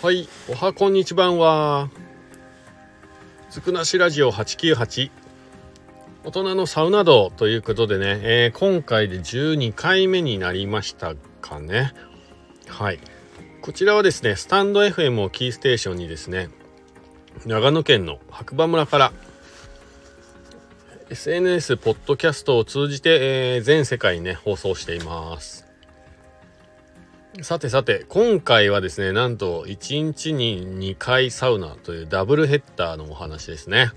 はい、おはこんにちばんは。つくなしラジオ898、大人のサウナ道ということでね、今回で12回目になりましたかね。はい、こちらはですね、スタンド FM をキーステーションにですね、長野県の白馬村から SNS ポッドキャストを通じて、全世界にね放送しています。さて今回はですね、なんと1日に2回サウナというダブルヘッダーのお話ですね。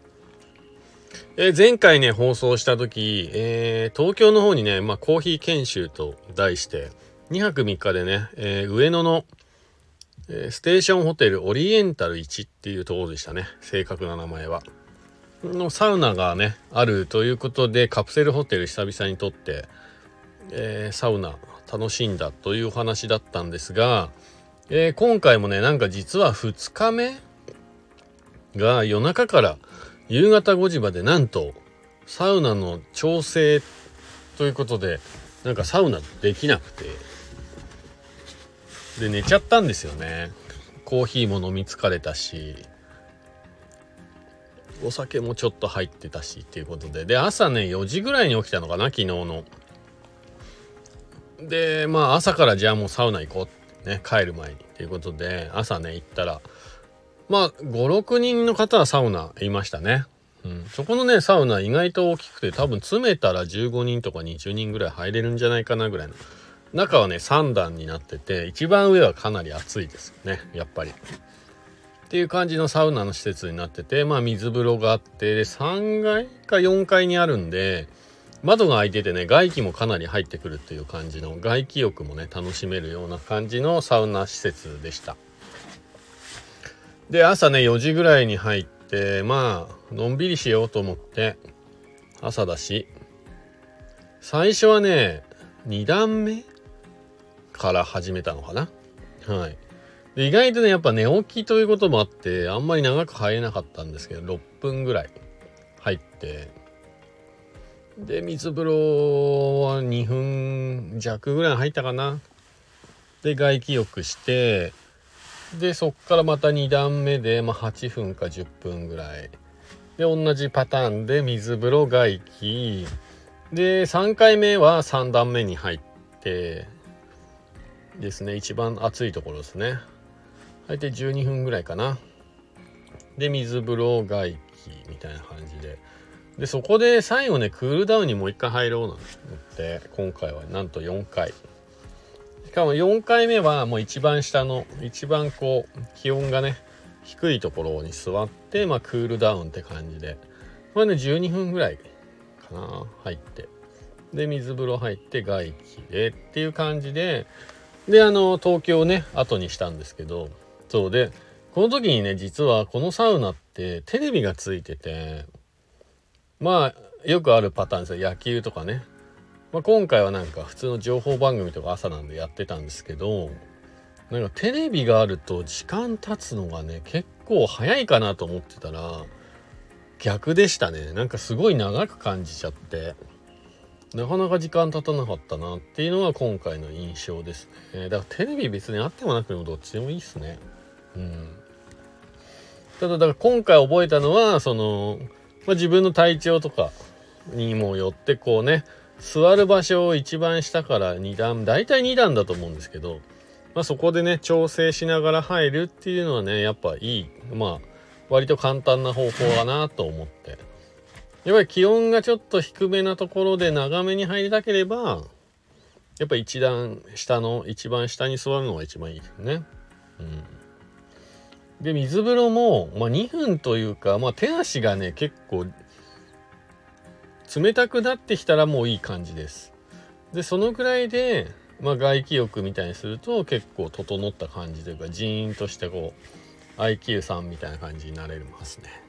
前回ね放送した時、東京の方にね、コーヒー研修と題して2泊3日でね、上野の、ステーションホテルオリエンタル1っていうところでしたね。正確な名前はのサウナがねあるということで、カプセルホテル久々にとって、サウナ楽しんだというお話だったんですが、今回もねなんか実は2日目が夜中から夕方5時までなんとサウナの調整ということで、なんかサウナできなくてで寝ちゃったんですよね。コーヒーも飲み疲れたし、お酒もちょっと入ってたしっていうことで、朝ね4時ぐらいに起きたのかな、昨日の。で朝からじゃあもうサウナ行こうってね、帰る前にっていうことで朝ね行ったら5、6人の方はサウナいましたね。そこのねサウナ意外と大きくて、多分詰めたら15人とか20人ぐらい入れるんじゃないかなぐらいの。中はね3段になってて、一番上はかなり暑いですよね、やっぱりっていう感じのサウナの施設になってて、水風呂があって、で3階か4階にあるんで窓が開いててね、外気もかなり入ってくるっていう感じの、外気浴もね楽しめるような感じのサウナ施設でした。で朝ね4時ぐらいに入って、のんびりしようと思って、朝だし最初はね2段目から始めたのかな。はい。で意外とねやっぱ寝起きということもあって、あんまり長く入れなかったんですけど、6分ぐらい入って、で水風呂は2分弱ぐらい入ったかな。で外気浴して、でそっからまた2段目で、8分か10分ぐらいで同じパターンで水風呂外気で、3回目は3段目に入ってですね、一番暑いところですね、入って12分ぐらいかな。で水風呂外気みたいな感じでそこで最後ねクールダウンにもう一回入ろうなんて思って、今回はなんと4回。しかも4回目はもう一番下の一番こう気温がね低いところに座って、クールダウンって感じで、これね12分ぐらいかな入って、で水風呂入って外気でっていう感じで、東京をね後にしたんですけど、そうでこの時にね実はこのサウナってテレビがついてて、よくあるパターンですよ、野球とかね。今回はなんか普通の情報番組とか朝なんでやってたんですけど、なんかテレビがあると時間経つのがね結構早いかなと思ってたら逆でしたね。なんかすごい長く感じちゃって、なかなか時間経たなかったなっていうのが今回の印象ですね。だからテレビ別にあってもなくてもどっちでもいいっすね。ただ今回覚えたのは自分の体調とかにもよってこうね、座る場所を一番下から2段、だいたい2段だと思うんですけど、そこでね調整しながら入るっていうのはねやっぱいい、割と簡単な方法かなと思って、やっぱり気温がちょっと低めなところで長めに入りたければ、やっぱ一段下の一番下に座るのが一番いいですね。で水風呂も、2分というか、手足がね結構冷たくなってきたらもういい感じです。でそのくらいで、外気浴みたいにすると結構整った感じというか、ジーンとしてこう IQ さんみたいな感じになれますね。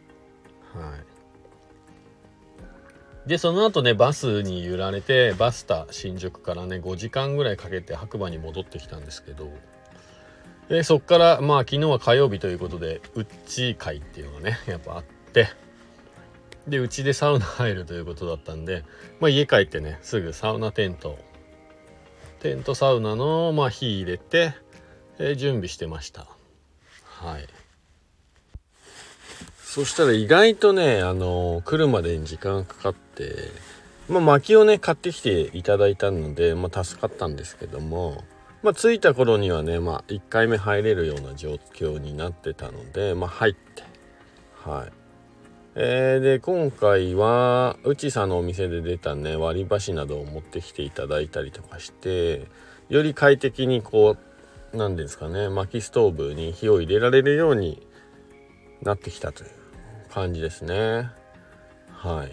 でその後ねバスに揺られて、バスタ新宿からね5時間ぐらいかけて白馬に戻ってきたんですけど、そっから昨日は火曜日ということでうち会っていうのがねやっぱあって、でうちでサウナ入るということだったんで、家帰ってねすぐサウナテントサウナの火入れて、 準備してました。はい。そしたら意外とね来るまでに時間がかかって、薪をね買ってきていただいたので、助かったんですけども、着いた頃にはね1回目入れるような状況になってたので、入って、はい。で今回はうちさんのお店で出たね割り箸などを持ってきていただいたりとかして、より快適に何ですかね、薪ストーブに火を入れられるようになってきたという感じですね。はい。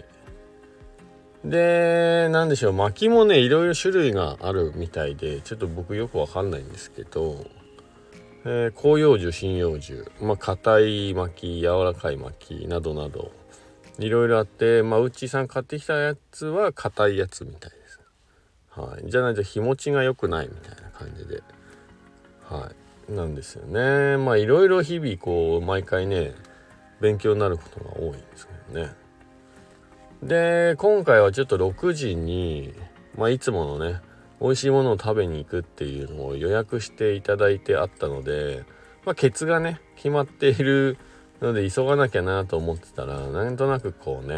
で何でしょう、薪もねいろいろ種類があるみたいで、ちょっと僕よくわかんないんですけど、広葉樹、針葉樹、硬い薪、柔らかい薪などなどいろいろあって、うちさん買ってきたやつは硬いやつみたいです。はい。じゃないと日持ちが良くないみたいな感じで、はい、なんですよね。いろいろ日々毎回ね勉強になることが多いんですけどね。で今回はちょっと6時に、いつものね美味しいものを食べに行くっていうのを予約していただいてあったので、ケツがね決まっているので急がなきゃなと思ってたら、なんとなく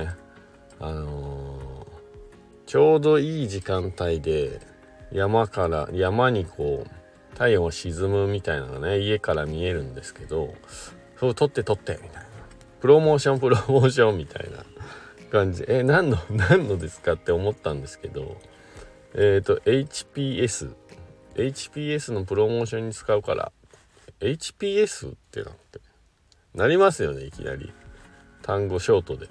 ちょうどいい時間帯で山に太陽が沈むみたいなのがね家から見えるんですけど、そう撮ってみたいな、プロモーションみたいな感じで、何のですかって思ったんですけど、HPS のプロモーションに使うから HPS ってなりますよね。いきなり単語ショートで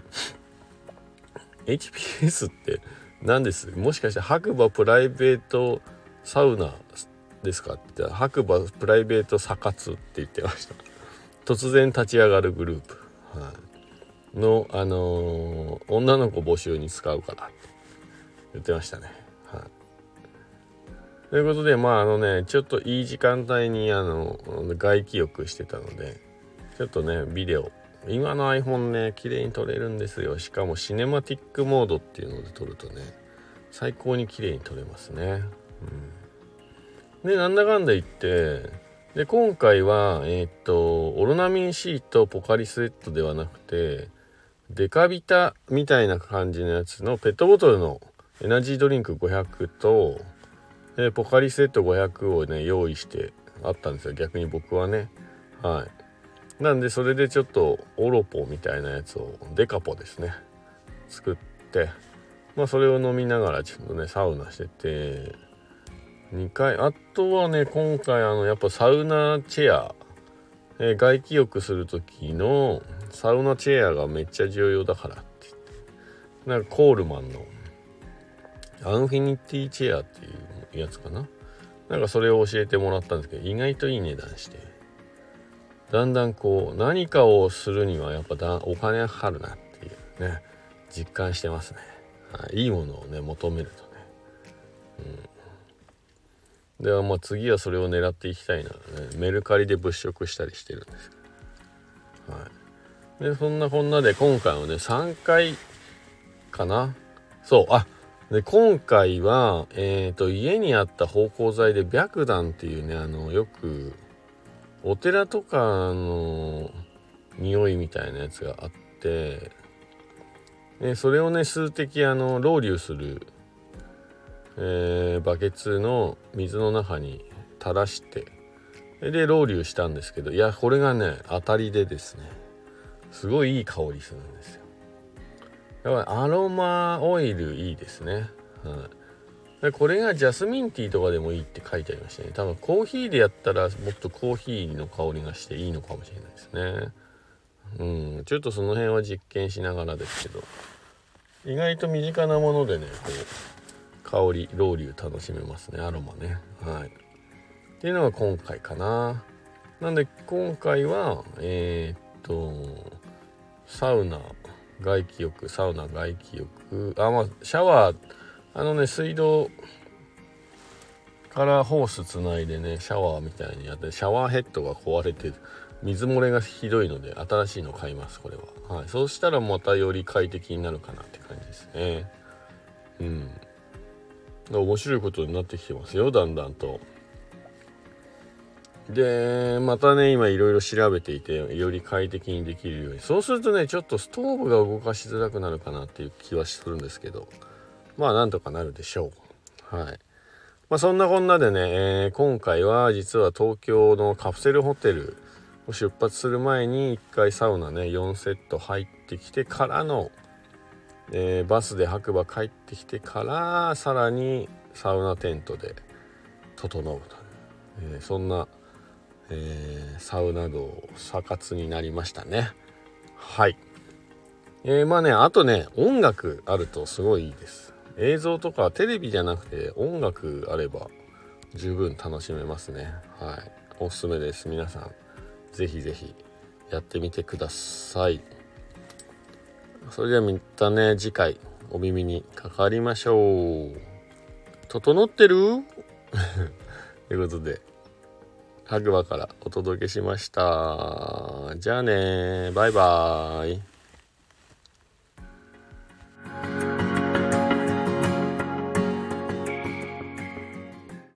HPS って何です？もしかして白馬プライベートサウナですかって言ったら、白馬プライベートサ活って言ってました。突然立ち上がるグループ、はい、の女の子募集に使うからって言ってましたね。はい。ということでちょっといい時間帯に外気浴してたので、ちょっとねビデオ、今の iPhone ね綺麗に撮れるんですよ。しかもシネマティックモードっていうので撮るとね最高に綺麗に撮れますね。でなんだかんだ言って、で今回はオロナミン C とポカリスエットではなくて、デカビタみたいな感じのやつのペットボトルのエナジードリンク500と、ポカリスエット500をね用意してあったんですよ、逆に僕はね。はい。なんでそれでちょっとオロポみたいなやつをデカポですね作って、それを飲みながらちょっとねサウナしてて、2回、あとはね今回やっぱサウナチェア、外気浴する時のサウナチェアがめっちゃ重要だからって言って、なんかコールマンのアンフィニティチェアっていうやつかな、なんかそれを教えてもらったんですけど、意外といい値段して、だんだん何かをするにはやっぱお金がかかるなっていうね実感してますね。はい、いいものをね求めるとね。では次はそれを狙っていきたいな、ね、メルカリで物色したりしてるんですけど、はい。でそんなこんなで今回はね3回かな。で今回は家にあった芳香剤で白檀っていうねよくお寺とかの匂いみたいなやつがあって、それをね数滴ロウリュする、バケツの水の中に垂らしてでロウリュしたんですけど、いやこれがね当たりでですね、すごいいい香りするんですよ。だからアロマオイルいいですね。はい。でこれがジャスミンティーとかでもいいって書いてありましたね。多分コーヒーでやったらもっとコーヒーの香りがしていいのかもしれないですね。ちょっとその辺は実験しながらですけど、意外と身近なものでね香りロウリュ楽しめますね、アロマね。はい。っていうのが今回かな。なんで今回はサウナ外気浴シャワー水道からホースつないでねシャワーみたいにやって、シャワーヘッドが壊れて水漏れがひどいので新しいの買います、これは。はい。そうしたらまたより快適になるかなって感じですね。面白いことになってきてますよ、だんだんと。 でまたね今いろいろ調べていてより快適にできるように、そうするとねちょっとストーブが動かしづらくなるかなっていう気はするんですけど、まあなんとかなるでしょう。はい。まあそんなこんなでね、今回は実は東京のカプセルホテルを出発する前に1回サウナね4セット入ってきてからの、バスで白馬帰ってきてからさらにサウナテントで整うという、そんなサウナ道サ活になりましたね。はい。まあねあとね音楽あるとすごいいいです。映像とかテレビじゃなくて音楽あれば十分楽しめますね。はい。おすすめです。皆さんぜひぜひやってみてください。それではまたね次回お耳にかかりましょう。整ってるということで白馬からお届けしました。じゃあねバイバーイ。